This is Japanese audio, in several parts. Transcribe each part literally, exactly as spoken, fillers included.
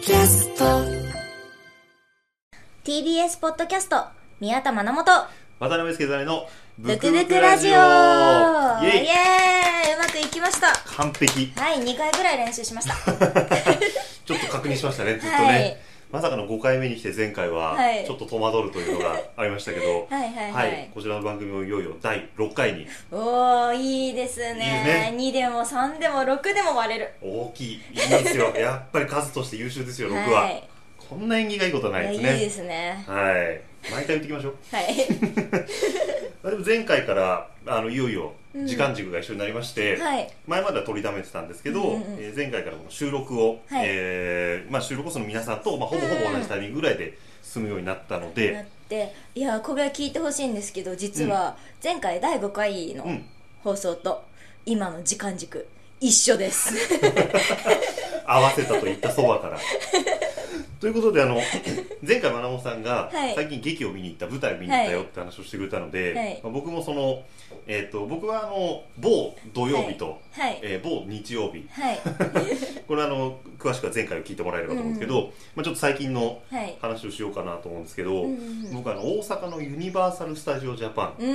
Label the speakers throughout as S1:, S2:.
S1: キャスト
S2: ティービーエス ポッドキャスト宮田真本
S3: 渡辺助真の
S2: ブクブクラジオイエーイ、
S3: イエイ
S2: うまくいきました。
S3: 完璧。
S2: はい、にかいぐらい練習しました
S3: ちょっと確認しましたね、ずっとね、
S2: はい、
S3: まさかのごかいめにして前回はちょっと戸惑るというのがありましたけど
S2: はいはいはい、
S3: はい、こちらの番組もいよいよだいろっかいに。
S2: おー、いいですね。
S3: いいね。
S2: にでもさんでもろくでも割れる。
S3: 大きい、いいですよやっぱり数として優秀ですよ、ろくは、はい、こんな縁起がいいことはないですね。
S2: いいですね。
S3: はい、毎回言ってきましょう
S2: はい
S3: でも前回からあのいよいよ時間軸が一緒になりまして、うんはい、前までは取りだめてたんですけど、うんうん、えー、前回からこの収録を、はい、えーまあ、収録をその皆さんと、まあ、ほぼほぼ同じタイミングぐらいで進むようになったので、
S2: うん、いやこれは聞いてほしいんですけど、実は前回だいごかいの放送と今の時間軸一緒です
S3: 合わせたと言ったそばからということで、あの前回まなもさんが最近劇を見に行った、舞台を見に行ったよって話をしてくれたので、はいまあ、僕もその、えー、と僕はあの某土曜日と、はいえー、某日曜日、はい、これはあの詳しくは前回を聞いてもらえればと思うんですけど、うんまあ、ちょっと最近の話をしようかなと思うんですけど、はい、僕はあの大阪のユニバーサル・スタジオ・ジャパン、うん、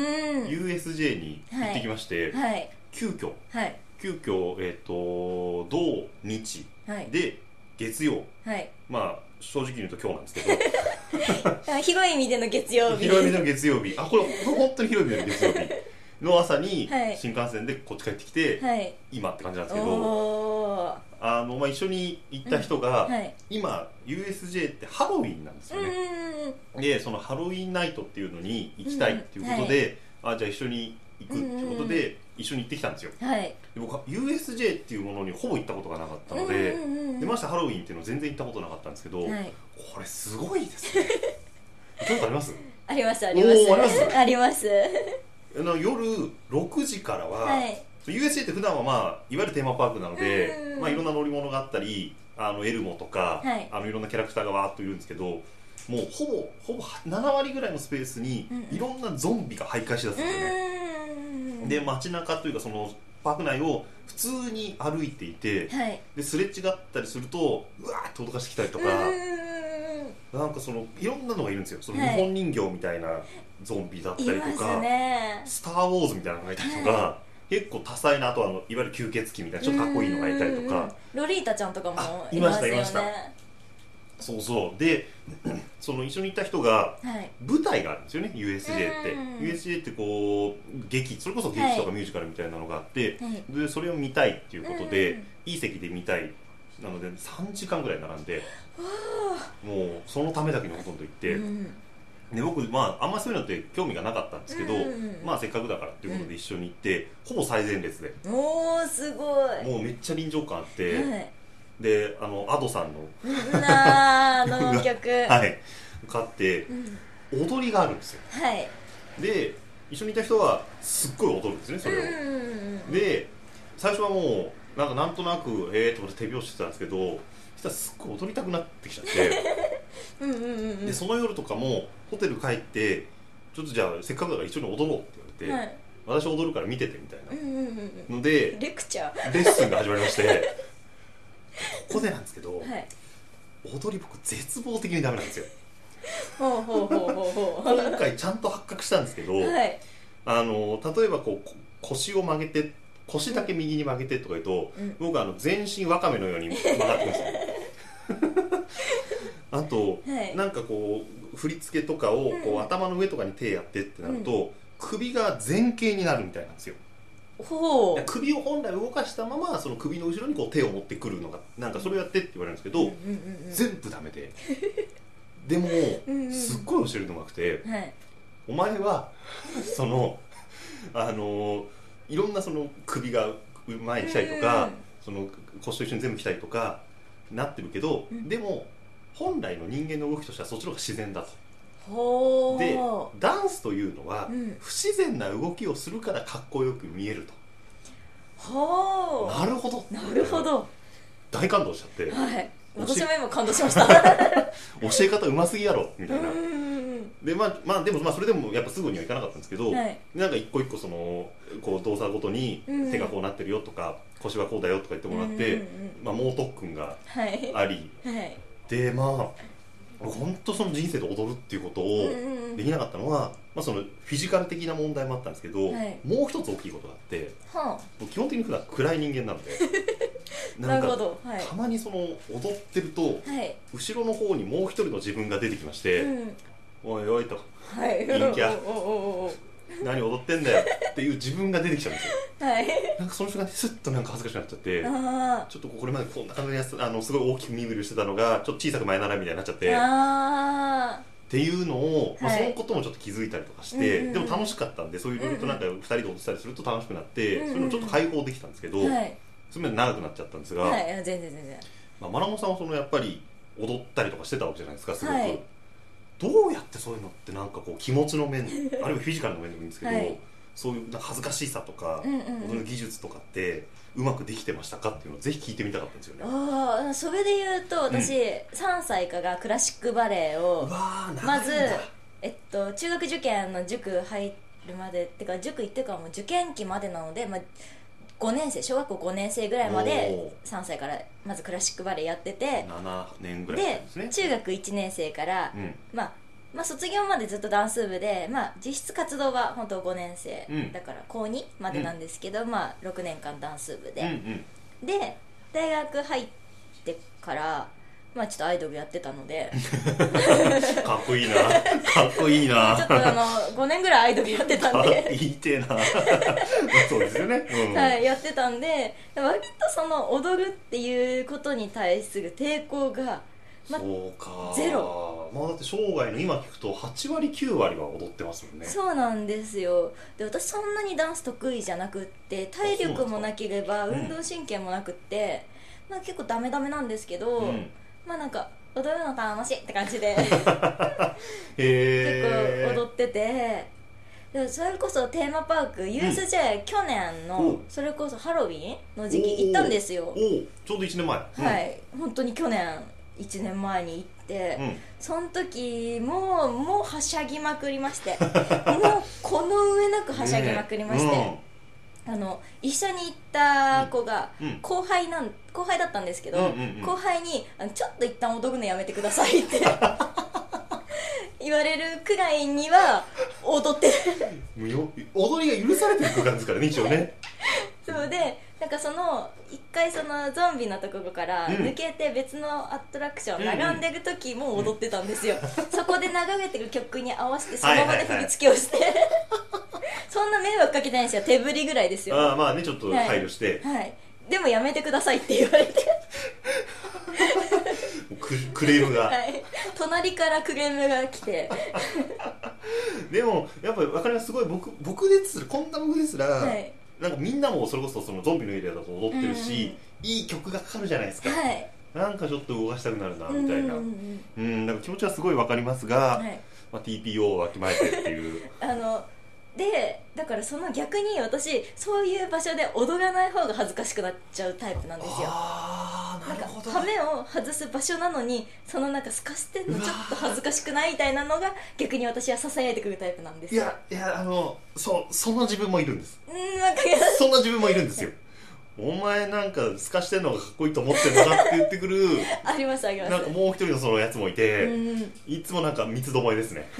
S3: ユーエスジェー に行ってきまして、はいはい、急遽、はい、急遽、えー、と土日で月曜、はい、まあ正直に言うと今日なんですけど
S2: 広い意味での月曜日
S3: 広い意味での月曜日あこれ本当に広い意味での月曜日の朝に新幹線でこっち帰ってきて、はい、今って感じなんですけど、あの、まあ、一緒に行った人が、うんはい、今 ユーエスジェー ってハロウィンなんですよね。でそのハロウィンナイトっていうのに行きたいっていうことで、うんはい、あじゃあ一緒に行くっていうことで一緒に行ってきたんですよ、はい、で僕は ユーエスジェー っていうものにほぼ行ったことがなかったので、うんうんうん、でましてハロウィンっていうのは全然行ったことなかったんですけど、はい、これすごいですね行ったことあります？
S2: ありますありますあります
S3: あの夜ろくじからは、はい、ユーエスジェー って普段は、まあ、いわゆるテーマパークなので、うんまあ、いろんな乗り物があったりあのエルモとか、はい、あのいろんなキャラクターがわーっといるんですけど、もうほぼほぼななわりぐらいのスペースにいろんなゾンビが徘徊しだすんですよね、うん、で街中というかそのパーク内を普通に歩いていて、はい、ですれ違ったりするとうわーって脅かしてきたりとか、なんかそのいろんなのがいるんですよ。その日本人形みたいなゾンビだったりとか、はいね、スターウォーズみたいなのがいたりとか、はい、結構多彩な、あとはあのいわゆる吸血鬼みたいなちょっとかっこいいのがいたりとか、
S2: ロリータちゃんとかもいますよね。いましたいました。
S3: そうそうでその一緒に行った人が、はい、舞台があるんですよね ユーエスジェー って。 ユーエスジェー ってこう劇それこそ劇とかミュージカルみたいなのがあって、はい、でそれを見たいっていうことで、いい席で見たいなのでさんじかんぐらい並んで、もうそのためだけにほとんど行って、うん、で僕、まあ、あんまりそういうのって興味がなかったんですけど、うん、まあせっかくだからっていうことで一緒に行って、うん、ほぼ最前列で、
S2: おーすごい、
S3: もうめっちゃ臨場感あって、はい、であの Ado さんの
S2: なあの曲
S3: はい買って、うん、踊りがあるんですよ、はい、で一緒にいた人はすっごい踊るんですねそれを、うん、で最初はもうなんかなんとなくえーと思って手拍子してたんですけど、そしたらすっごい踊りたくなってきちゃってうんうんうん、うん、でその夜とかもホテル帰ってちょっとじゃあせっかくだから一緒に踊ろうって言われて、はい、私踊るから見ててみたいな、うんうんうん、ので
S2: レクチャー
S3: レッスンが始まりましてここでなんですけど、はい、踊り僕絶望的にダメなんですよ
S2: ほうほうほうほうほう
S3: 今回ちゃんと発覚したんですけど、はい、あの例えばこう腰を曲げて腰だけ右に曲げてとか言うと、うん、僕はあの全身ワカメのように曲がってますあと、はい、なんかこう振り付けとかをこう、うん、頭の上とかに手やってってなると、うん、首が前傾になるみたいなんですよ。ほう首を本来動かしたままその首の後ろにこう手を持ってくるのがなんかそれをやってって言われるんですけど、うんうんうんうん、全部ダメででもすっごい教えるのうまくて、はい、お前はそのあのいろんなその首が前に来たりとか、うん、その腰と一緒に全部来たりとかなってるけど、うん、でも本来の人間の動きとしてはそっちの方が自然だと。ほでダンスというのは、うん、不自然な動きをするからかっこよく見えると。ほなるほど
S2: なるほど
S3: 大感動しちゃって、はい、
S2: 私も今感動しました
S3: 教え方うますぎやろみたいなで、まあ、まあでもまあそれでもやっぱすぐにはいかなかったんですけど、はい、なんか一個一個そのこう動作ごとに手がこうなってるよとか、うん、腰はこうだよとか言ってもらって、うんうんうんまあ、猛特訓があり、はいはいでまあ本当その人生で踊るっていうことをできなかったのは、まあ、そのフィジカル的な問題もあったんですけど、はい、もう一つ大きいことがあって、はあ、基本的に普段暗い人間なのでなんかなるほど、はい、たまにその踊ってると、はい、後ろの方にもう一人の自分が出てきまして、うん、おいおいと、はい、陰キャ何踊ってんだよっていう自分が出てきちゃうんですよ、はい、なんかその瞬間にスッとなんか恥ずかしくなっちゃってちょっとこれまでこんな感じであのすごい大きく身振りしてたのがちょっと小さく前ならみたいになっちゃってあっていうのを、はいまあ、そのこともちょっと気づいたりとかして、うんうん、でも楽しかったんでそういういろいろとなんかふたりで踊ってたりすると楽しくなって、うんうん、そういうのちょっと解放できたんですけど、はい、それまで長くなっちゃったんですが、はい、全然全然、まあ、マナモさんはそのやっぱり踊ったりとかしてたわけじゃないですかすごく、はい、どうやってそういうのってなんかこう気持ちの面あるいはフィジカルの面でもいいんですけど、はいそういう恥ずかしさとか、うんうんうん、踊る技術とかってうまくできてましたかっていうのをぜひ聞いてみたかったんですよね。
S2: ああ、それで言うと私、うん、さんさいからクラシックバレエをまず、えっと、中学受験の塾入るまでってか塾行ってからもう受験期までなので、まあ、ごねん生小学校ごねん生ぐらいまでさんさいからまずクラシックバレエやってて
S3: ななねんぐらいですね。
S2: で中学いちねん生から、うんまあまあ、卒業までずっとダンス部で、まあ、実質活動は本当ごねん生、うん、だから高にまでなんですけど、うんまあ、ろくねんかんダンス部で、うんうん、で大学入ってから、まあ、ちょっとアイドルやってたので
S3: かっこいいなかっこいいな
S2: ちょっとあのごねんぐらいアイドルやってたんで
S3: 言いてえなそうですよね、うん
S2: はい、やってたんで割とその踊るっていうことに対する抵抗がま、
S3: そうか
S2: ゼロ、
S3: まあ、だって生涯の今聞くとはちわりきゅうわりは踊ってますもんね。
S2: そうなんですよ。で私そんなにダンス得意じゃなくって体力もなければ運動神経もなくって、うん、まあ、結構ダメダメなんですけど、うん、まあなんか踊るの楽しいって感じで結構踊っててでそれこそテーマパーク ユーエスジェー、うん、去年のそれこそハロウィンの時期行ったんですよ。
S3: おおちょうどいちねんまえ、
S2: はい、うん、本当に去年いちねんまえに行って、うん、その時もうもうはしゃぎまくりましてもうこの上なくはしゃぎまくりまして、ねうん、あの一緒に行った子が後輩なん、後輩だったんですけど、うんうんうん、後輩にちょっと一旦踊るのやめてくださいって言われるくらいには踊ってる
S3: 踊りが許されてる空間ですからね一応ね
S2: そうでなんかその一回そのゾンビのところから抜けて別のアトラクション並んでる時も踊ってたんですよ、うんうん、そこで流れてる曲に合わせてその場で振り付けをして、はいはいはい、そんな迷惑かけてないんですよ。手振りぐらいですよ。
S3: あまあねちょっと配慮して、
S2: はい、はい、でもやめてくださいって言われて
S3: クレームが、
S2: はい、隣からクレームが来て
S3: でもやっぱり分かります。すごい僕僕ですらこんな僕ですら、はいなんかみんなもそれこそそのゾンビのエリアだと踊ってるし、うん、いい曲がかかるじゃないですか、はい、なんかちょっと動かしたくなるなみたいな、うん、うん、なんか気持ちはすごいわかりますが、はいまあ、ティーピーオー をわきまえてっていう
S2: あのでだからその逆に私そういう場所で踊らない方が恥ずかしくなっちゃうタイプなんですよ。
S3: あーなるほど。
S2: なんか羽目を外す場所なのにそのなんか透かしてんのちょっと恥ずかしくないみたいなのが逆に私はささやいてくるタイプなんですよ。
S3: いやいやあのそうその自分もいるんです。
S2: うんなんか
S3: そんな自分もいるんですよお前なんか透かしてんのがかっこいいと思ってんのかって言ってくる
S2: ありますあります。
S3: なんかもう一人のそのやつもいて、うん、いつもなんか三つどもえですね、
S2: うん、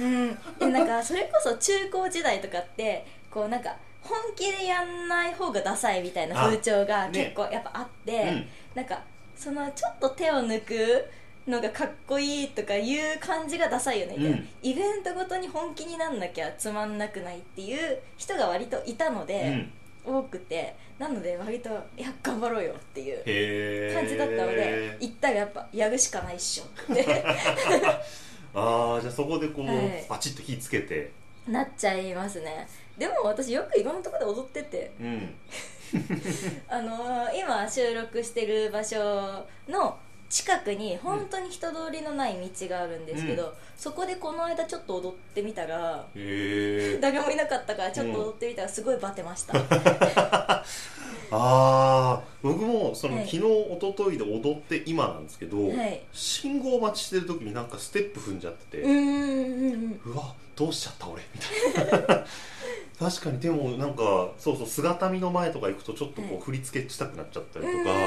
S2: なんかそれこそ中高時代とかってこうなんか本気でやんない方がダサいみたいな風潮が結構やっぱあって、ねうん、なんかそのちょっと手を抜くのがかっこいいとかいう感じがダサいよねみたいな、うん、イベントごとに本気になんなきゃつまんなくないっていう人が割といたので、うん、多くてなので割といや頑張ろうよっていう感じだったので行ったらやっぱやるしかないっしょって
S3: ああじゃあそこでこう、はい、バチッと火つけて
S2: なっちゃいますね。でも私よくいろんなところで踊ってて、うん、あのー、今収録してる場所の近くに本当に人通りのない道があるんですけど、うん、そこでこの間ちょっと踊ってみたら、へ誰もいなかったからちょっと踊ってみたらすごいバテました、うん、あ
S3: あ僕もその、はい、昨日一昨日で踊って今なんですけど、はい、信号待ちしてる時になんかステップ踏んじゃってて、うんうんうん、うわどうしちゃった俺みたいな確かに。でもなんかそうそう姿見の前とか行くとちょっとこう振り付けしたくなっちゃったりとか、はい、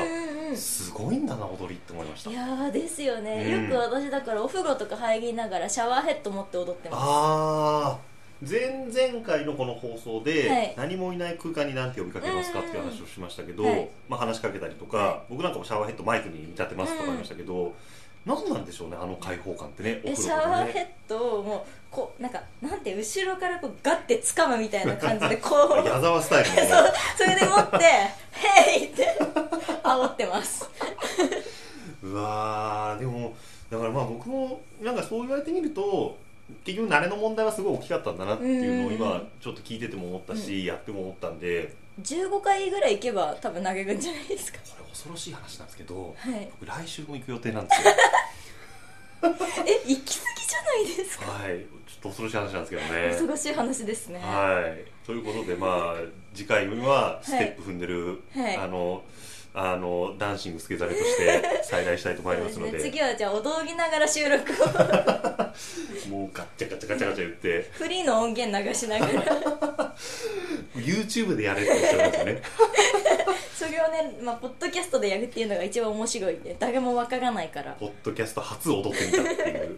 S2: うん、
S3: すごいんだな踊りって思いました。
S2: いやーですよね、
S3: うん、
S2: よく私だからお風呂とか入りながらシャワーヘッド持って踊ってます。
S3: あー、前々回のこの放送で、
S2: はい、
S3: 何もいない空間に何て呼びかけますかっていう話をしましたけど、
S2: はい、
S3: まあ、話しかけたりとか、はい、僕なんかもシャワーヘッドマイクに見立てますとか言いましたけど、うん、何なんでしょうね、あの開放感ってね。お風呂でね、
S2: シャワーヘッドをもうこうなんかなんて後ろからこうガッて掴むみたいな感じでこう
S3: 矢沢スタイルの、ね、
S2: そうそれで持って「ヘイ!」って煽ってます
S3: うわー、でもだからまあ僕もなんかそう言われてみると結局慣れの問題はすごい大きかったんだなっていうのを今ちょっと聞いてても思ったし、うん、やっても思ったんで、
S2: じゅうごかいぐらい行けば多分投げるんじゃないですか。
S3: これ恐ろしい話なんですけど、
S2: はい、
S3: 僕来週も行く予定なんですよ
S2: え、行き過ぎじゃないですか。
S3: はい、ちょっと恐ろしい話なんですけどね。
S2: 恐ろしい話ですね。
S3: はい、ということでまあ次回はステップ踏んでる、はい、あのあのダンシングスケザレとして再来したいと思いますので、
S2: ね、次はじゃあ踊りながら収録を
S3: もうガッチャガチャガチャガチャ言って
S2: フリーの音源流しながら
S3: YouTube でやれっておっしゃいますよね
S2: それをね、まあ、ポッドキャストでやるっていうのが一番面白いんで誰もわからないから
S3: ポッドキャスト初踊ってみたっていう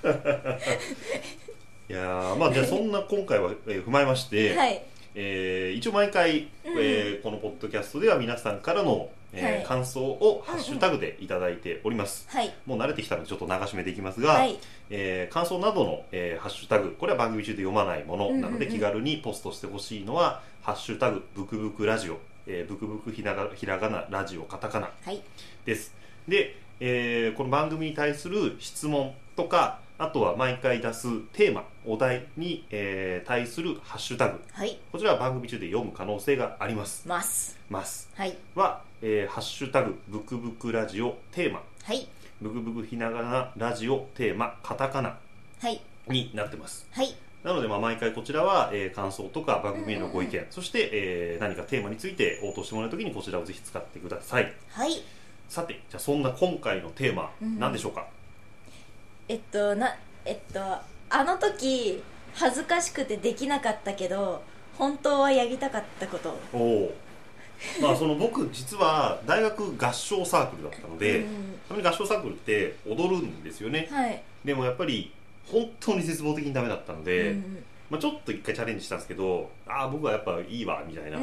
S3: いやー、まあじゃあそんな今回は、えー、踏まえまして、
S2: はい、
S3: えー、一応毎回、うんえー、このポッドキャストでは皆さんからの、えーはい、感想をハッシュタグでいただいております、
S2: うんうん、
S3: もう慣れてきたのでちょっと流し目でいきますが、はいえー、感想などの、えー、ハッシュタグ、これは番組中で読まないものなので、うんうんうん、気軽にポストしてほしいのはハッシュタグブクブクラジオ、えー、ブクブクひらがひらがなラジオカタカナです、はい、で、えー、この番組に対する質問とかあとは毎回出すテーマお題に、えー、対するハッシュタグ、
S2: はい、
S3: こちらは番組中で読む可能性があります
S2: ます
S3: ます、
S2: はい、
S3: は、えー、ハッシュタグブクブクラジオテーマ、
S2: はい、
S3: ブクブクひながなラジオテーマカタカナになってます、
S2: はい、
S3: なので、まあ、毎回こちらは、えー、感想とか番組へのご意見、うんうんうん、そして、えー、何かテーマについて応答してもらうときにこちらをぜひ使ってください。
S2: はい。
S3: さて、じゃあそんな今回のテーマ、うん、何でしょうか。
S2: えっとなえっとあの時恥ずかしくてできなかったけど本当はやりたかったこと。
S3: おお。まあその僕実は大学合唱サークルだったので、うん、たまに合唱サークルって踊るんですよね。
S2: はい。
S3: でもやっぱり本当に絶望的にダメだったので、うんまあ、ちょっと一回チャレンジしたんですけど、ああ僕はやっぱいいわみたいな、うん、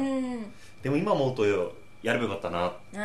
S3: でも今思うとやればよかったなっていう、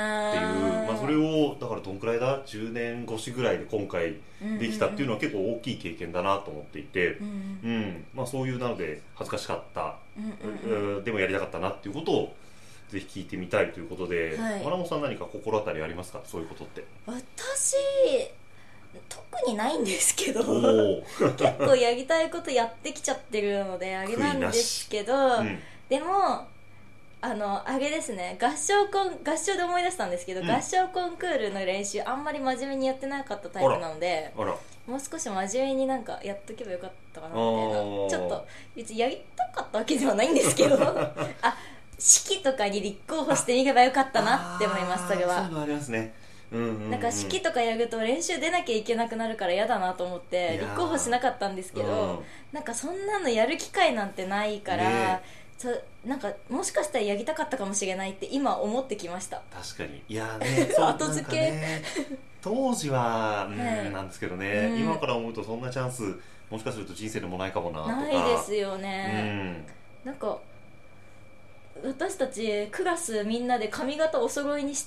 S3: まあ、それをだからどんくらいだじゅうねん越しぐらいで今回できたっていうのは結構大きい経験だなと思っていて、うんうんまあ、そういうなので恥ずかしかった、うんうんうん、でもやりたかったなっていうことをぜひ聞いてみたいということで、はい、村本さん何か心当たりありますか、そういうことって。
S2: 私特にないんですけど結構やりたいことやってきちゃってるのであれなんですけど、うん、でもあのあれですね、合唱コン合唱で思い出したんですけど、うん、合唱コンクールの練習あんまり真面目にやってなかったタイプなので、
S3: あらあら
S2: もう少し真面目になんかやっとけばよかったかなみたいな、ちょっと別にやりたかったわけではないんですけどあ式とかに立候補してみればよかったなって思います。それは
S3: そういうのありますね。うんうんうん、
S2: なんか式とかやると練習出なきゃいけなくなるから嫌だなと思って立候補しなかったんですけど、うん、なんかそんなのやる機会なんてないから、ね、そなんかもしかしたらやりたかったかもしれないって今思ってきました。
S3: 確かにいやね
S2: 後付け、ね、
S3: 当時は、うん
S2: はい、
S3: なんですけどね、うん、今から思うとそんなチャンスもしかすると人生でもないかもなとか。
S2: ないですよね、うん、なんか私たちクラスみんなで髪型お揃いにして、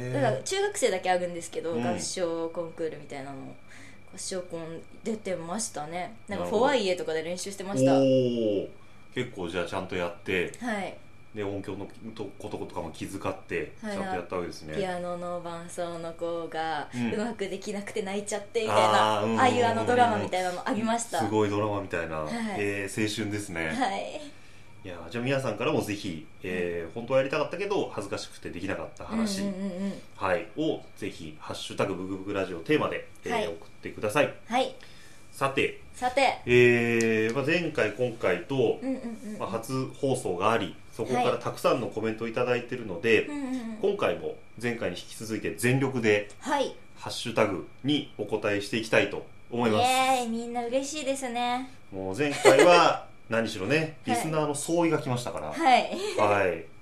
S2: だから中学生だけあるんですけど、うん、合唱コンクールみたいなの合唱コン出てましたね。なんかフォワイエとかで練習してました。
S3: おー、結構じゃあちゃんとやって、
S2: はい、
S3: で音響のこととかも気遣ってちゃんとやったわけですね、はい、
S2: ピアノの伴奏の子がうまくできなくて泣いちゃってみたいな、うん、ああいうあのドラマみたいなのありました。
S3: すごいドラマみたいな、
S2: はい
S3: えー、青春ですね。
S2: はい、
S3: いやじゃあ皆さんからもぜひ、えー、本当はやりたかったけど恥ずかしくてできなかった話、
S2: うんうんうんうん、
S3: はい、をぜひハッシュタグブクブクラジオテーマで、えーはい、送ってください。
S2: はい、
S3: さて
S2: さて、
S3: えーまあ、前回今回と、
S2: うんうんうん
S3: まあ、初放送がありそこからたくさんのコメントをいただいているので、はい、今回も前回に引き続いて全力で、
S2: はい、
S3: ハッシュタグにお答えしていきたいと思います。
S2: イエーイ、みんな嬉しいですね。
S3: もう前回は何しろねリスナーの総意が来ましたから、
S2: はい、
S3: はい、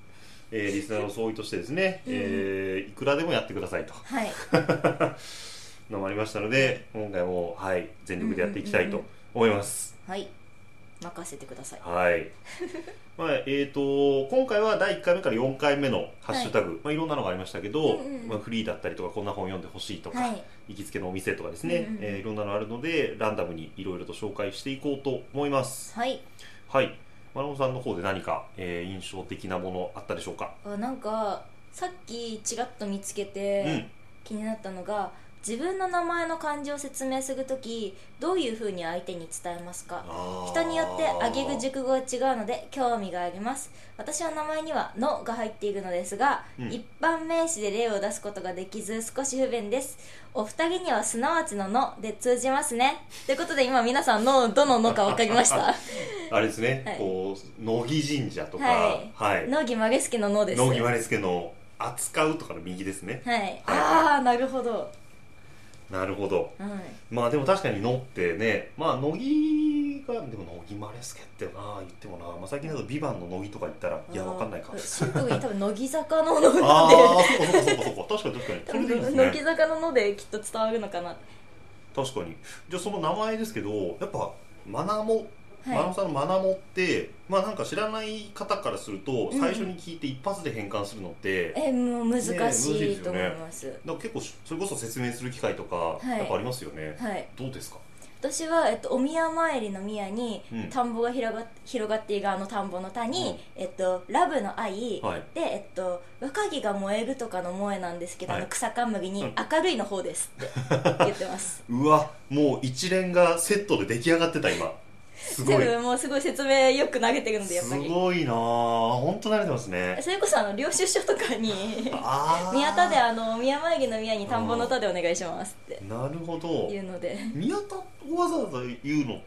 S3: えー、リスナーの総意としてですね、うん、えー、いくらでもやってくださいと、
S2: はい、
S3: のもありましたので、今回も、はい、全力でやっていきたいと思います。
S2: はい、任せてください。
S3: はい。まあえー、と今回はだいいっかいめからよんかいめのハッシュタグ、はい、まあ、いろんなのがありましたけど、うんうん、まあ、フリーだったりとかこんな本読んでほしいとか、はい、行きつけのお店とかですね、うんうん、えー、いろんなのあるのでランダムにいろいろと紹介していこうと思います。
S2: はい、
S3: はい。マロンさんの方で何か、えー、印象的なものあったでしょうか？
S2: あ、なんかさっきちらっと見つけて、うん、気になったのが、自分の名前の漢字を説明するときどういうふうに相手に伝えますか？人によって挙げる熟語は違うので興味があります。私は名前にはのが入っているのですが、うん、一般名詞で例を出すことができず少し不便です。お二人にはすなわちのので通じますね。ということで今皆さんのどののか分かりました？
S3: あれですね、はい、こう乃木神社とか、
S2: はいはい、乃木曲助ののです。
S3: 乃木曲助の扱うとかの右ですね。
S2: はい、はい、ああ、なるほど。
S3: なるほど、
S2: はい、
S3: まあでも確かにのってね、まあ乃木がでも乃木マレスケってな言ってもな、まあ、最近だとビバンの乃木とか言ったらいやわかんないか、
S2: シンプルに多分乃木坂ののなんで、
S3: ああそうかそうかそうか、確かに確かにそれでいいですね。
S2: 乃木坂ののできっと伝わるのかな。
S3: 確かに。じゃあその名前ですけど、やっぱマナモ、はい、マナモさんのマナモってまあなんか知らない方からすると最初に聞いて一発で変換するのって、
S2: うん、えもう難しいと思います。
S3: だから結構それこそ説明する機会とかやっぱありますよね。
S2: はい、
S3: どうですか？
S2: 私は、えっと、お宮参りの宮に、うん、田んぼが広が広がっているあの田んぼの田に、うん、えっと、ラブの愛、はい、で、えっと、若木が燃えるとかの萌えなんですけど、はい、あの草冠に明るいの方ですって言ってます
S3: うわ、もう一連がセットで出来上がってた今。すごい。
S2: 全部もうすごい説明よく投げてるので、やっぱり
S3: すごいなぁ、本当慣れてますね。
S2: それこそあの領収書とかに宮田であの宮前木の宮に田んぼの田でお願いしますって
S3: なるほど
S2: 言うので、
S3: 宮田をわざわざ言うのって、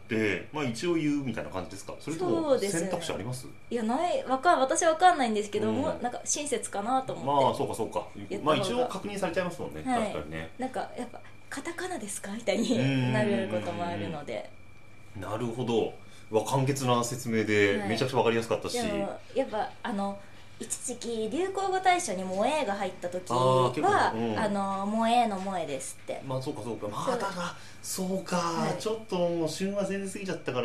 S3: まあ、一応言うみたいな感じですか？それとも選択肢あります？
S2: いや、ないわか私は分かんないんですけど、うん、もうなんか親切かなと思って。
S3: まあそうかそうか、まあ一応確認されちゃいますもんね、はい、確かにね。
S2: なんかやっぱカタカナですかみたいになることもあるので。
S3: なるほど。わ簡潔な説明でめちゃくちゃ分かりやすかったし、はい、でも
S2: やっぱあの一時期流行語大賞に萌えが入った時はあ、うん、あの萌えの萌えですって。
S3: まあそうかそうか、まあだからそうか、はい、ちょっともう旬は全然過ぎちゃったから、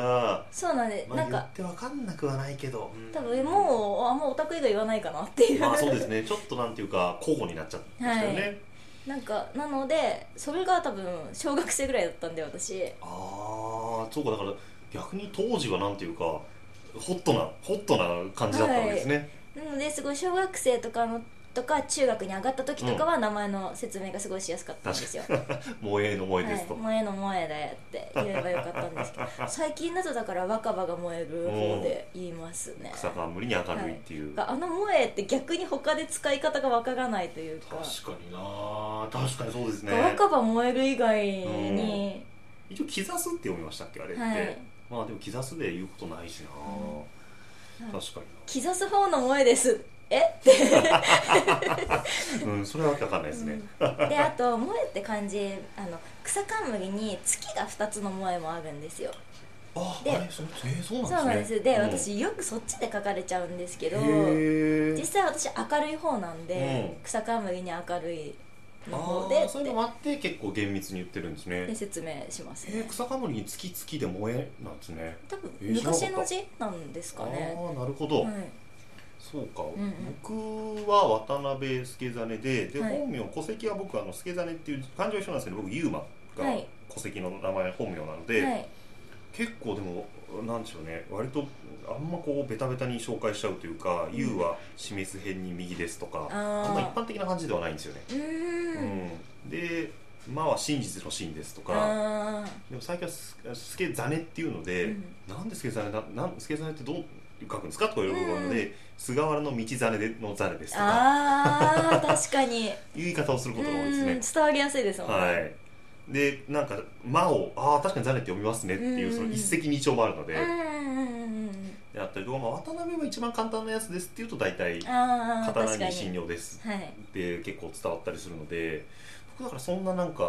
S2: そうなんで、
S3: まあ、なんか言って分かんなくはないけど、
S2: うん、多分もうあんまオタク以外言わないかなっていう。
S3: まあそうですね、ちょっとなんていうか交互になっちゃったんですよね、はい、
S2: なんかなのでそれが多分小学生ぐらいだったんで私。
S3: ああそうか、だから逆に当時はなんていうかホットなホットな感じだったわけですね、
S2: はい、なのですごい小学生とかのとか中学に上がった時とかは名前の説明がすごいしやすかったんですよ。
S3: 萌えの萌えですと、
S2: はい、萌えの萌えだよって言えばよかったんですけど最近だとだから若葉が燃える方で言いますね。
S3: 草冠に明るいっていう、
S2: はい、あの萌えって逆に他で使い方がわからないというか。
S3: 確かにな、確かにそうですね。
S2: 若葉燃える以外に、
S3: うん、一応キザスって読みましたっけあれって、はい、まあでもキザスで言うことないしな、うん、確かにな。
S2: キザス方の萌えですえって
S3: うん、それはわけわかんないですね、
S2: うん、であと萌えって漢字、あの草冠に月がふたつの萌えもあるんですよ。
S3: あであれそ、えー、そうなんですね。
S2: そうなんですで、うん、私よくそっちで書かれちゃうんですけど、実際私明るい方なんで、うん、草冠に明るいの方で、
S3: そういうのもあって結構厳密に言ってるんですね。
S2: で説明しますね。
S3: えー、草冠に月月で萌えなんですね。
S2: 多分昔の字なんですかね。
S3: ああなるほど、はい、そうか、うんうん、僕は渡辺助真で、で、はい、本名戸籍は僕あの助真っていう漢字は一緒なんですけど、僕ユーマが戸籍の名前本名なので、はい、結構でもなんでしょうね、割とあんまこうベタベタに紹介しちゃうというか、うん、ユーは示す辺に右ですとか、あんま一般的な感じではないんですよね。うん、でまあは真実の真ですとか、でも最近は助真っていうので、うん、なんで助真だ、なん助真ってどう書くんですかとか言われるので、うん、菅原の道真での真ですとか、
S2: あ確かに
S3: いう言い方をすることが多いですね。
S2: 伝わりやすいですもんね。
S3: はい、でなんか「間」を「ああ確かに真って読みますね」っていう、その一石二鳥もあるので、であったりとか、まあ、渡辺は一番簡単なやつですっていうと大体刀に信用です、はい、で結構伝わったりするので、僕だからそんななんか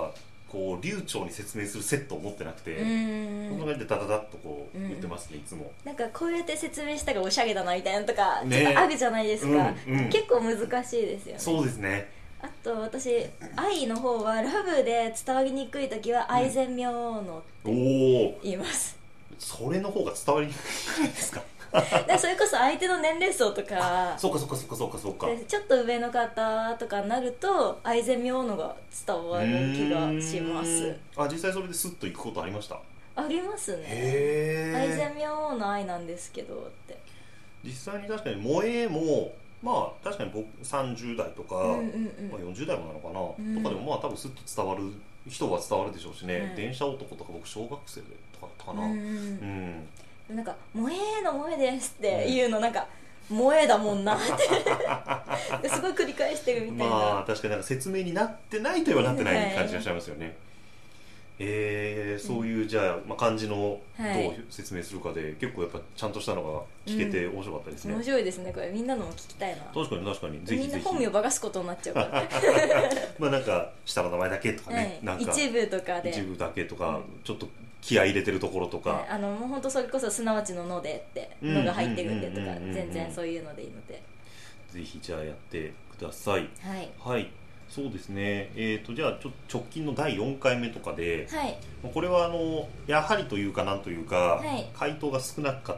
S3: こう流暢に説明するセットを持ってなくて、こんな感じでダダダッとこう言ってますね、いつも。
S2: なんかこうやって説明したらおしゃれだなみたいなのとか、ね、ちょっとあるじゃないですか、うんうん、結構難しいですよね。
S3: そうですね。
S2: あと私愛の方はラブで伝わりにくい時は愛染明のって言います、
S3: うん、それの方が伝わりにくいですか？
S2: でそれこそ相手の年齢層とか、
S3: そうかそうかそうかそうかそうか、
S2: ちょっと上の方とかになると愛染明のが伝わる気がします。
S3: あ、実際それでスッといくことありました？
S2: ありますね。
S3: へ
S2: 愛染明の愛なんですけどって。
S3: 実際に確かに萌えもまあ確かに僕さんじゅう代とか、うんうんうん、まあ、よんじゅう代もなのかな、うん、とかでもまあ多分スッと伝わる人は伝わるでしょうしね、うん、電車男とか僕小学生でとかだったかな、うんうん
S2: うん、なんか萌えの萌えですっていうのなんか、うん、萌えだもんなってすごい繰り返してるみたいな。
S3: まあ確かになんか説明になってないといえばなってない感じがしちゃいますよね、はい。えー、そういうじゃあ、まあ、漢字のどう説明するかで、はい、結構やっぱちゃんとしたのが聞けて面白かったですね、
S2: うん、面白いですね。これみんなのも聞きたいな。
S3: 確かに確かに、ぜひぜひ。
S2: みんな本名ばかすことになっちゃうから
S3: まあなんか下の名前だけとかね、はい、なんか
S2: 一部とかで
S3: 一部だけとか、うん、ちょっと気合い入れてるところとか、はい、
S2: あのもう本当それこそすなわちののでってのが入ってるんでとか、全然そういうのでいいので、
S3: ぜひじゃあやってください。
S2: はい、
S3: はい。そうですね、えー、とじゃあちょ直近のだいよんかいめとかで、
S2: はい、
S3: これはあのやはりというかなんというか、はい、回答が少なかった、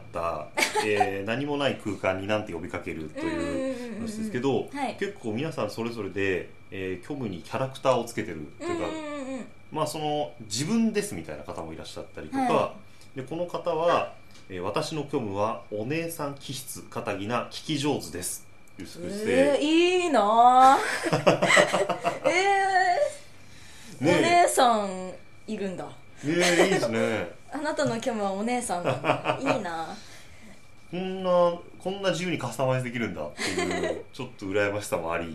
S3: えー、何もない空間になんて呼びかけるという話ですけど、はい、結構皆さんそれぞれで、えー、虚無にキャラクターをつけてるというか、まあその自分ですみたいな方もいらっしゃったりとか、はい、でこの方は、えー、私の虚無はお姉さん気質堅気な聞き上手です。
S2: えー、いいなえー、ね、お姉さんいるんだ。
S3: ねえ、いいですね
S2: あなたの虚無はお姉さんなんだ。いいな
S3: こんなこんな自由にカスタマイズできるんだっていうちょっと羨ましさもあり、うん、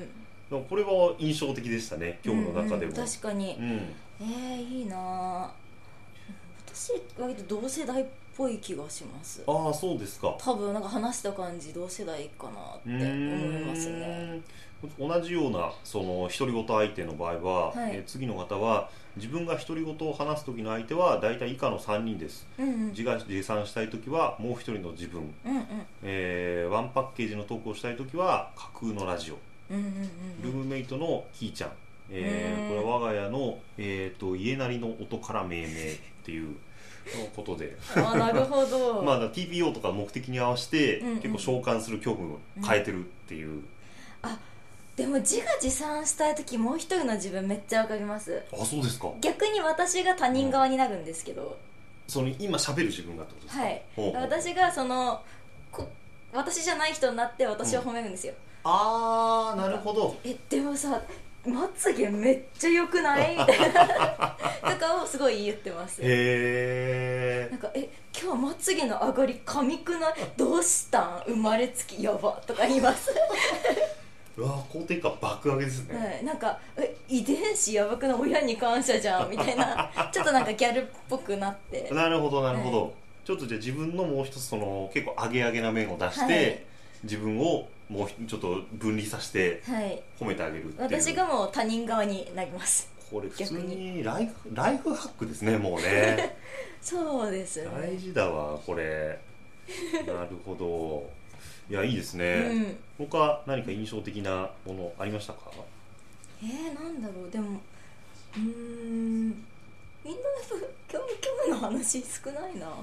S3: これは印象的でしたね、虚無の中でも、
S2: うんうん、確かに、うん、えー、いいな私割と同世代っぽい気がします。
S3: ああ、そうですか。
S2: 多分なんか話した感じ同世代かなって思いますね。
S3: 同じようなその独り言相手の場合は、はい、えー、次の方は自分が独り言を話す時の相手は大体以下のさんにんです、うんうん、自画自賛したい時はもう一人の自分、うんうん、えー、ワンパッケージのトークをしたい時は架空のラジオ、うんうんうんうん、ルームメイトのキーちゃん、えー、これは我が家の、えー、と家なりの音から命名っていうことで
S2: あ、なるほど
S3: まあ ティーピーオー とか目的に合わせて、うんうん、結構召喚する虚無を変えてるっていう、うん、
S2: あ、でも自画自賛したい時もう一人の自分めっちゃわかります。
S3: あ、そうですか。
S2: 逆に私が他人側になるんですけど、うん、
S3: その今喋る自分がってことですか。
S2: はい、
S3: ほうほう、
S2: 私がそのこ私じゃない人になって私を褒めるんですよ、うん、
S3: あー、なるほど。
S2: え、でもさまつげめっちゃ良くないみたいなとかをすごい言ってます。
S3: へー、
S2: なんかえ今日まつげの上がり髪くないどうしたん生まれつきやばとか言います
S3: うわ、肯定感爆上げですね、
S2: はい、なんかえ遺伝子やばくない親に感謝じゃんみたいなちょっとなんかギャルっぽくなって
S3: なるほどなるほど、はい、ちょっとじゃあ自分のもう一つその結構上げ上げな面を出して、はい、自分をもうちょっと分離させて褒めてあげるっていう、
S2: はい、私がもう他人側になります。
S3: これ普通にライフ、ライフハックですね、もうね
S2: そうですね、
S3: 大事だわこれなるほど、いや、いいですね、うん、他何か印象的なものありましたか。
S2: えー、なんだろう、でもうーん、みんなやっぱ虚無虚無の話少ないな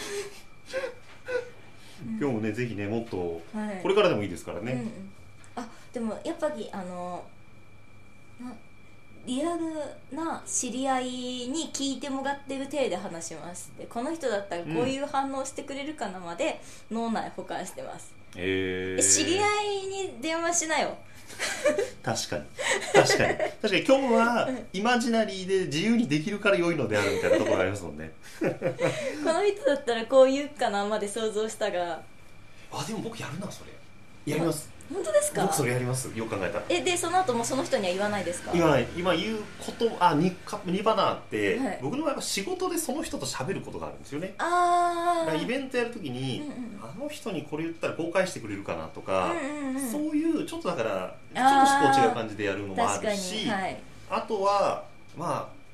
S3: 今日もね、ぜひね、もっと、はい、これからでもいいですからね、うんうん、
S2: あ、でもやっぱりあのなリアルな知り合いに聞いてもらってる体で話します。でこの人だったらこういう反応してくれるかなまで脳内保管してます、うん、えー、知り合いに電話しなよ
S3: 確かに確かに確かに今日はイマジナリーで自由にできるから良いのであるみたいなところがありますもんね
S2: この人だったらこう言うかなまで想像したが、
S3: あ、でも僕やるな、それやります。
S2: 本当ですか。
S3: 僕それやります、よく考えたら。
S2: え、でその後もその人には言わないですか。
S3: 言わない。今言うことあ 2, 2パターンって、はい、僕の場合は仕事でその人と喋ることがあるんですよね。
S2: あ
S3: あ、イベントやるときに、うんうん、あの人にこれ言ったらこう返してくれるかなとか、うんうんうん、そういうちょっとだからちょっと思考違う感じでやるのもあるし、はい、あとはまあ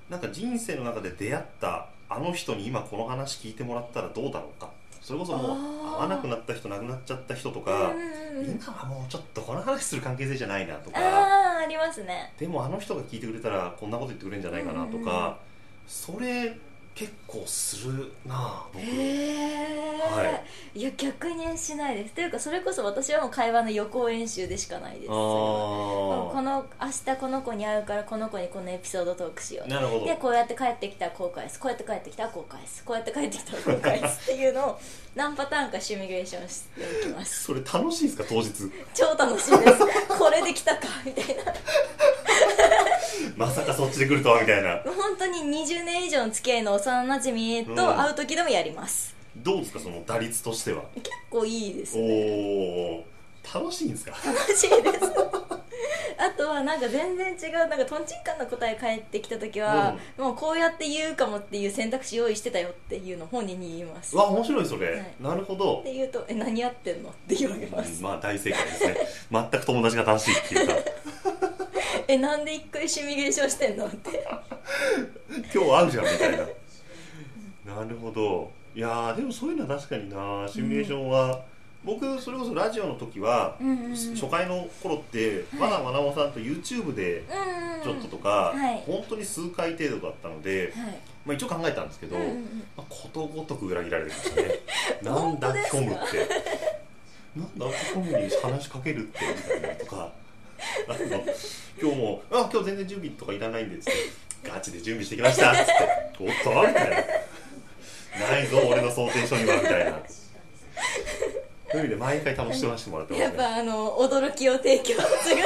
S3: なんか人生の中で出会ったあの人に今この話聞いてもらったらどうだろうか、それこそもう会わなくなった人亡くなっちゃった人とか、今はもうちょっとこの話する関係性じゃないなとか、
S2: あーありますね。
S3: でもあの人が聞いてくれたらこんなこと言ってくれるんじゃないかなとか、それ結構するな僕。へ
S2: え、はい、いや逆にしないです。というかそれこそ私はもう会話の予行演習でしかないです。あこの明日この子に会うからこの子にこのエピソードトークしよう、
S3: なるほど。
S2: でこうやって帰ってきたらこう返す、こうやって帰ってきたらこう返す、こうやって帰ってきたらこう返すっていうのを何パターンかシミュレーションしていきます。
S3: それ楽しいですか当日？
S2: 超楽しいですこれできたかみたいな
S3: まさかそっちで来るとはみたいな。
S2: 本当ににじゅうねん以上の付き合いの幼なじみと会う時でもやります、
S3: うん、どうですかその打率としては？
S2: 結構いいですね。
S3: おー、楽しいんですか？
S2: 楽しいですあとはなんか全然違う、なんかトンチンカンな答え返ってきた時は、うん、もうこうやって言うかもっていう選択肢用意してたよっていうのを本人に言います。
S3: わ、面白いそれ、はい、なるほど
S2: って言うと、え何やってんのって言われます、
S3: うん、まあ大正解ですね全く友達が楽しいっていうか
S2: えなんで一回シミュレーションしてんのって
S3: 今日会うじゃんみたいななるほど。いやーでもそういうのは確かにな、シミュレーションは、うん、僕それこそラジオの時は、うんうんうん、初回の頃ってまだまなもさんと YouTube でちょっととか、うんうんうん、本当に数回程度だったので、はい、まあ、一応考えたんですけど、うんうん、まあ、ことごとく裏切られてましたねなんだ虚無ってなんだ虚無に話しかけるってみたいなとかあの今日もあ今日全然準備とかいらないんでつってガチで準備してきましたっつっておっとみたいなないぞ俺の想定書にはみたいなそういう意味で毎回楽しませてもらってますね。
S2: やっぱあの驚きを提供する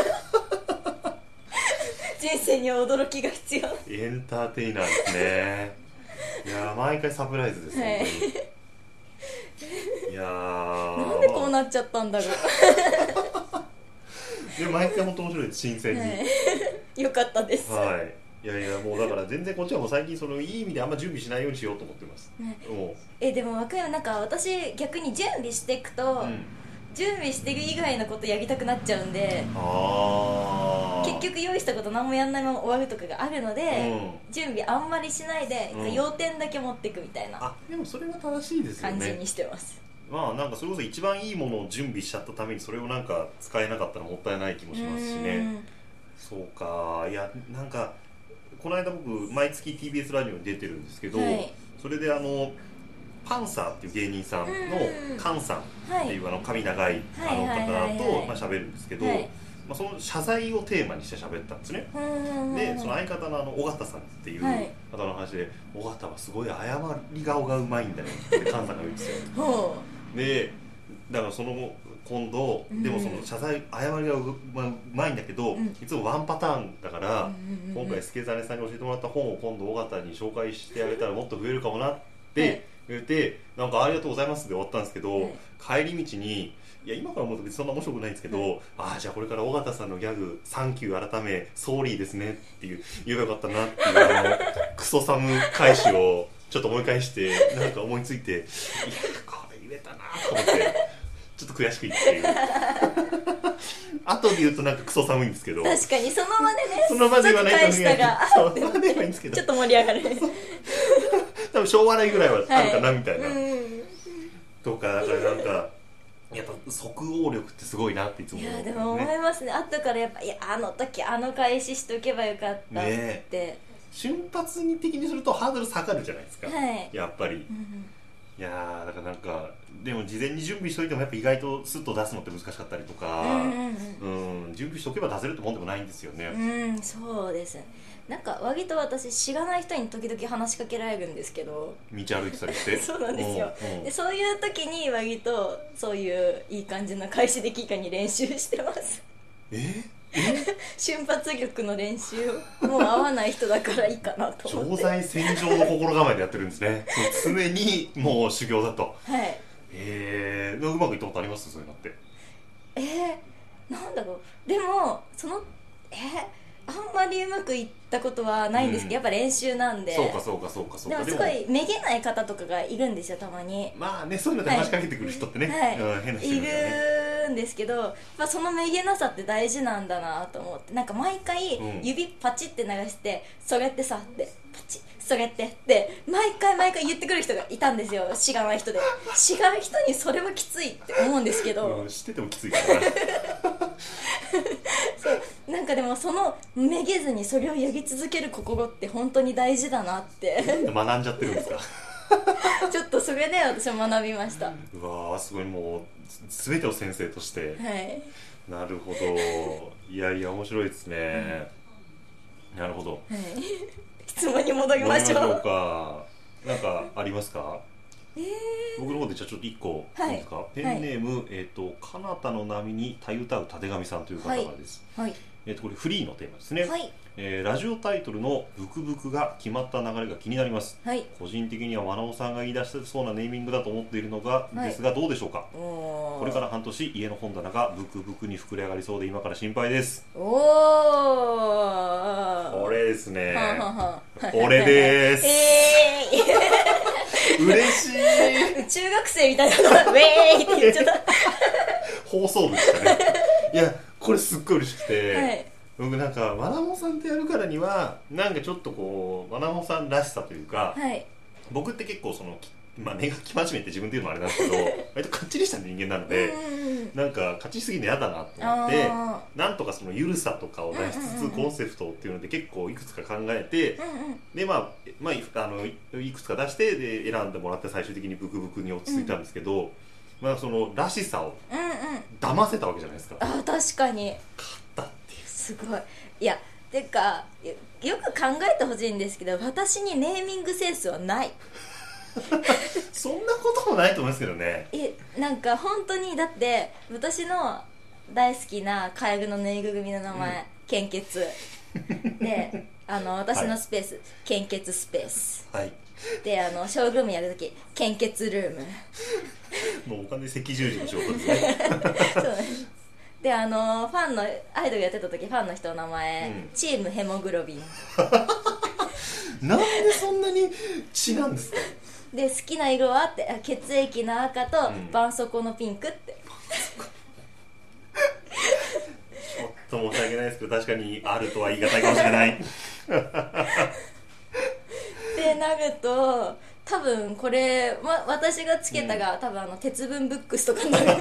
S2: 人生には驚きが必要。
S3: エンターテイナーですね。いや毎回サプライズです、はい、本当に。いや
S2: なんでこうなっちゃったんだろう
S3: で毎回本当面白いです、新鮮に、はい、
S2: よかったです。
S3: はい、いやいやもうだから全然こっちはもう最近そのいい意味であんま準備しないようにしようと思ってます、ね、もう
S2: えでも分かる、なんか私逆に準備していくと、うん、準備してる以外のことやりたくなっちゃうんで、あ結局用意したこと何もやんないまま終わるとかがあるので、うん、準備あんまりしないで、うん、要点だけ持っていくみたいな、
S3: あでもそれが正しいですよね、
S2: 感じにしてます。
S3: まあなんかそれこそ一番いいものを準備しちゃったためにそれをなんか使えなかったらもったいない気もしますしね。そうか、いやなんかこの間僕毎月 ティービーエス ラジオに出てるんですけど、はい、それであのパンサーっていう芸人さんのカンさんっていうあの髪長いあの方とまあ喋るんですけど、はい、まあ、その謝罪をテーマにして喋ったんですね。でその相方のあの尾形さんっていう方の話で、尾形はすごい謝り顔がうまいんだよってカンさんが言うんですよでだからその今度でもその謝罪謝りが う, まうまいんだけど、うん、いつもワンパターンだから、うんうんうん、今回助真さんに教えてもらった本を今度尾形に紹介してあげたらもっと増えるかもなって言って、なんかありがとうございますで終わったんですけど、帰り道にいや今から思うと別にそんな面白くないんですけど、うん、ああじゃあこれから尾形さんのギャグサンキュー改めソーリーですねっていう言えばよかったなっていうあのクソサム返しをちょっと思い返してなんか思いついて、いやこれ言えたなと思ってちょっと悔しくいっていう後で言うとなんかクソ寒いんですけど、
S2: 確かにその場でね
S3: その場で言わないと
S2: 返したが
S3: その場で言えばいいんですけど
S2: ちょっと盛り上がる
S3: 多分小笑いぐらいはあるかなみたいな、
S2: はい、
S3: とかだからなんかやっぱ即応力ってすごいなっていつも思う、ね、
S2: いやでも思いますね。後からやっぱいやあの時あの返ししとけばよかったって、ね、
S3: 瞬発的にするとハードル下がるじゃないですか、
S2: はい、
S3: やっぱり、うん、いやだからなんかでも事前に準備しといてもやっぱ意外とスッと出すのって難しかったりとか、うんうんうん、準備しとけば出せるってもんでもないんですよね。
S2: うんそうです。なんか割と私知らない人に時々話しかけられるんですけど、
S3: 道歩いてたりして
S2: そうなんですよ、うんうん、でそういう時に割とそういういい感じな返しできるかに練習してます
S3: え
S2: 瞬発力の練習もう合わない人だからいいかなと思って
S3: 常在戦場の心構えでやってるんですね常にもう修行だと。
S2: はい
S3: えー、うまくいったことあります？そういうのって
S2: えー、なんだろう、でもそのえーあんまりうまくいったことはないんですけど、うん、やっぱ練習なんで。
S3: そうかそうかそうかそうか。
S2: でもすごいめげない方とかがいるんですよたまに。
S3: まあねそういうので話しかけてくる人ってね、
S2: はい、
S3: うん、変な人いるよね。
S2: いるんですけど、まあ、そのめげなさって大事なんだなと思って、なんか毎回指パチって流して、うん、それってさってパチそれってって毎回毎回言ってくる人がいたんですよ。知らない人で、知らない人にそれはきついって思うんですけど、
S3: うん、知っててもきついから
S2: そうなんかでもそのめげずにそれをやり続ける心って本当に大事だなって
S3: 学んじゃってるんですか
S2: ちょっとそれで私は学びました。
S3: うわーすごい、もう全てを先生として、
S2: はい、
S3: なるほど。いやいや面白いですね、うん、なるほど、はい、
S2: 質問に戻りましょう。
S3: 戻りましょうか。なんかありますか？えー、僕の方でじゃあちょっといっこいいですか、はい、ペンネーム、はい、えーと彼方の波にたゆたうたてがみさんという方からです、はいはい、えーとこれフリーのテーマですね、はい、えー、ラジオタイトルのブクブクが決まった流れが気になります、はい、個人的にはまなおさんが言い出したそうなネーミングだと思っているのが、はい、ですがどうでしょうか。これから半年家の本棚がブクブクに膨れ上がりそうで今から心配です。おー、これですねははは俺でーす、えー、嬉しい
S2: 中学生みたいなウェーイって言っちゃった
S3: 放送部でしたねいやこれすっごい嬉しくて、はい、僕なんかまなもさんってやるからにはなんかちょっとこうまなもさんらしさというか、はい、僕って結構そのまあ根が生真面目って自分で言うのもあれなんですけど割とかっちりした人間なのでなんか勝ちすぎるの嫌だなと思ってなんとかそのゆるさとかを出しつつコンセプトっていうので結構いくつか考えてでまあ、まあ、あのいくつか出してで選んでもらって最終的にブクブクに落ち着いたんですけど、うんまあ、そのらしさを騙せたわけじゃないですか、
S2: うんうん、あ確かに
S3: 勝ったっていう
S2: すごいいやてかよく考えてほしいんですけど私にネーミングセンスはない
S3: そんなこともないと思いますけどね。
S2: えなんか本当にだって私の大好きなカエルのぬいぐるみの名前、うん、献血であの私のスペース、はい、献血スペース、はい、であのショールームやるとき献血ルーム
S3: もうお金赤十字の仕事ですね
S2: そうであのファンのアイドルやってた時ファンの人の名前、うん、チームヘモグロビン
S3: なんでそんなに血なんですか。
S2: で好きな色はって血液の赤と絆創膏のピンクって、
S3: うん、ちょっと申し訳ないですけど確かにあるとは言い難いかもしれない
S2: ってなると多分これ、ま、私がつけたが、うん、多分あの鉄分ブックスとかになる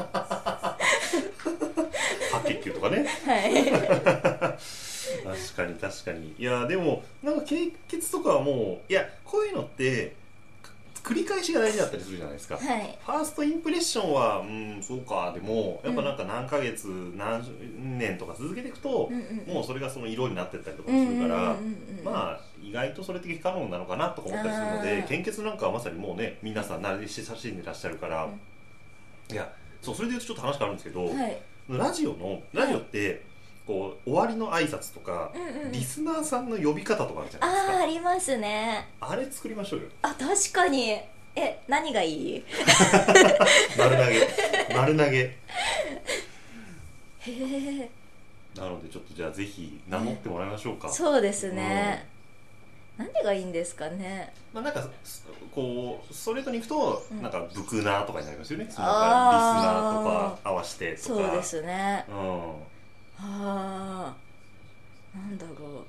S3: 白血球とかね
S2: はい
S3: 確かに確かに。いやでもなんか献血とかはもういやこういうのって繰り返しが大事だったりするじゃないですか、はい、ファーストインプレッションはうんそうかでもやっぱなんか何ヶ月、うん、何年とか続けていくと、うんうん、もうそれがその色になってったりとかもするから、まあ意外とそれって不可能なのかなとか思ったりするので献血なんかはまさにもうね皆さん慣れ親しんでらっしゃるから、うん、いやそうそれで言うとちょっと話変わるんですけど、はい、ラジオのラジオって、はいこう終わりの挨拶とか、うんうん、リスナーさんの呼び方とかあるじゃないですか。
S2: あーありますね。
S3: あれ作りましょうよ。
S2: あ確かにえ何がいい
S3: 丸投げ丸投げ
S2: へえ
S3: なのでちょっとじゃあぜひ名乗ってもらいましょうか、
S2: うん、そうですね、うん、何がいいんですかね。
S3: まあなんかこうストレートにいくと、うん、なんかブクナーとかになりますよね。そのなんかリスナーとか合わせてとか
S2: そうですね。
S3: うん
S2: はあなんだろう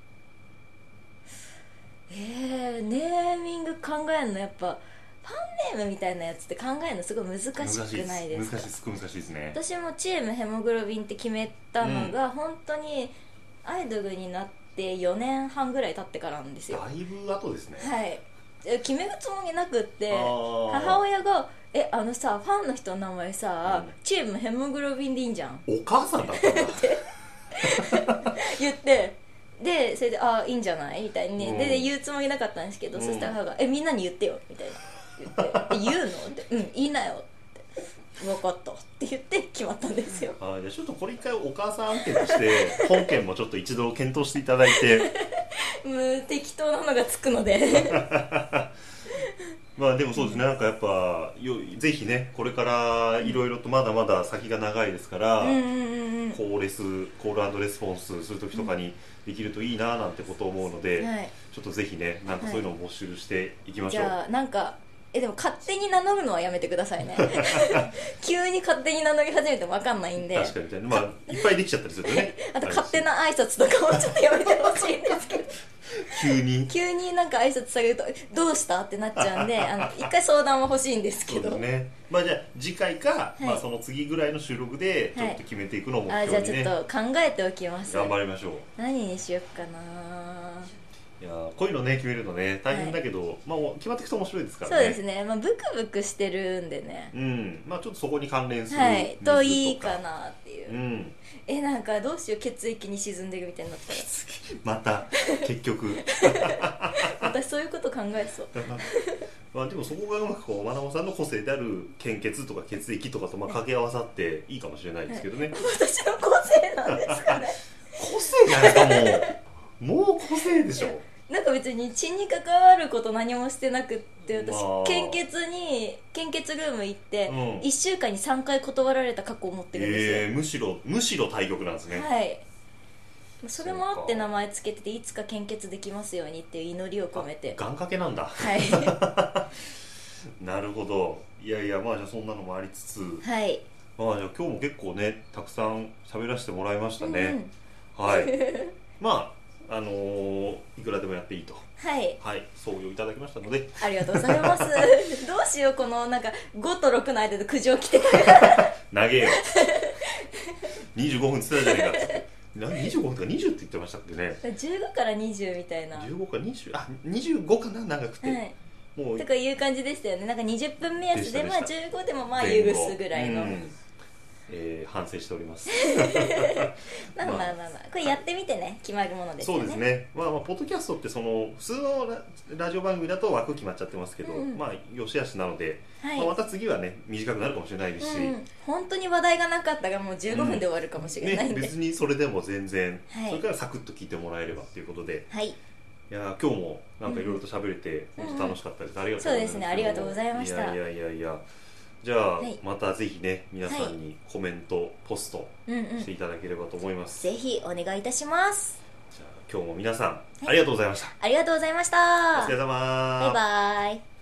S2: えー、ネーミング考えるのやっぱファンネームみたいなやつって考えるのすごい難しくないですか。
S3: 難しいすごい難しいですね。
S2: 私もチームヘモグロビンって決めたのが、うん、本当にアイドルになってよねんはんぐらい経ってからなんですよ。
S3: だいぶ後ですね。
S2: はい決めるつもりなくって母親がえあのさファンの人の名前さ、うん、チームヘモグロビンでいいんじゃん
S3: お母さんだったんだって
S2: 言ってでそれであいいんじゃないみたいに、ね、うん、で言うつもりなかったんですけど、うん、そしたら母がえみんなに言ってよみたいな言って言うのってうん言いなよって分かったって言って決まったんですよ。
S3: あじゃあちょっとこれ一回お母さん案件として本件もちょっと一度検討していただいて
S2: 無適当なのがつくので
S3: まあでもそうですね、なんかやっぱよぜひねこれからいろいろとまだまだ先が長いですから、うんうんうん、コーレスコール&レスポンスする時とかにできるといいななんてことを思うので、はい、ちょっとぜひねなんかそういうのを募集していきましょう、
S2: はい、じゃあなんかえでも勝手に名乗るのはやめてくださいね急に勝手に名乗り始めても分かんないんで。
S3: 確かに、まあいっぱいできちゃったりするとね
S2: あと勝手な挨拶とかもちょっとやめてほしいんですけど
S3: 急に
S2: 急になんか挨拶されるとどうしたってなっちゃうんであの一回相談は欲しいんですけど。
S3: そうですね。まあじゃあ次回か、はい、まあその次ぐらいの収録でちょっと決めていくのを目標にね、はい、
S2: あじゃあちょっと考えておきます。
S3: 頑張りましょう。
S2: 何にしよっかな。
S3: いやこういうのね決めるのね大変だけど、はい、まあ決まっていくと面白いですからね。
S2: そうですね、まあ、ブクブクしてるんでね、
S3: うんまあちょっとそこに関連する
S2: はい、といいかなっていう、
S3: うん、
S2: えなんかどうしよう血液に沈んでるみたいになったら
S3: また結局
S2: 私そういうこと考えそう
S3: まあでもそこがうまくこうまなもさんの個性である献血とか血液とかとまあ掛け合わさっていいかもしれないですけどね、
S2: はい、私の個性なんですかね
S3: 個性じゃないですかもうもう個性でしょ。
S2: なんか別に血に関わること何もしてなくって私、まあ、献血に献血ルーム行って、うん、いっしゅうかんにさんかい断られた過去を持ってるんですよ、
S3: えー、むしろむしろ対極なんですね。
S2: はいそれもあって名前つけてていつか献血できますようにっていう祈りを込めて。
S3: 願掛けなんだ。
S2: はい
S3: なるほど。いやいやまあじゃあそんなのもありつつ、
S2: はい
S3: まあじゃあ今日も結構ねたくさん喋らせてもらいましたね、うん、はいまああのー、いくらでもやっていいと
S2: はい、
S3: はい、総評いただきましたので
S2: ありがとうございますどうしようこのなんかごとろくの間で苦情来てたら
S3: 投げよにじゅうごふんつってたじゃねえかってにじゅうごふんとかにじゅうって言ってましたっけね。
S2: じゅうごからにじゅうみたいな。
S3: じゅうごからにじゅうあにじゅうごかな長くて、はい、
S2: もうとかいう感じでしたよね。なんかにじゅっぷん目安でまあじゅうごでもまあ許すぐらいの、うん
S3: えー、反省しております
S2: まあまあまあまあこれやってみてね決まるものですよね。
S3: そうですね、まあ、まあポッドキャストってその普通の ラ, ラジオ番組だと枠決まっちゃってますけど、うん、まあよしあしなので、はいまあ、また次はね短くなるかもしれないですし、うん、
S2: 本当に話題がなかったらもうじゅうごふんで終わるかもしれないんで、うんね、
S3: 別にそれでも全然、はい、それからサクッと聞いてもらえればということで、はい、いや今日もなんかいろいろと喋れて本当楽しかったです、うん、ありがとうございます。
S2: そうですねありがとうございました。
S3: いやいやいやいやじゃあ、はい、またぜひね皆さんにコメント、はい、ポストしていただければと思います、
S2: うんうん、ぜひお願いいたします。
S3: じゃあ今日も皆さん、はい、ありがとうございました。
S2: ありがとうございました。
S3: お疲れ様。
S2: バイバイ。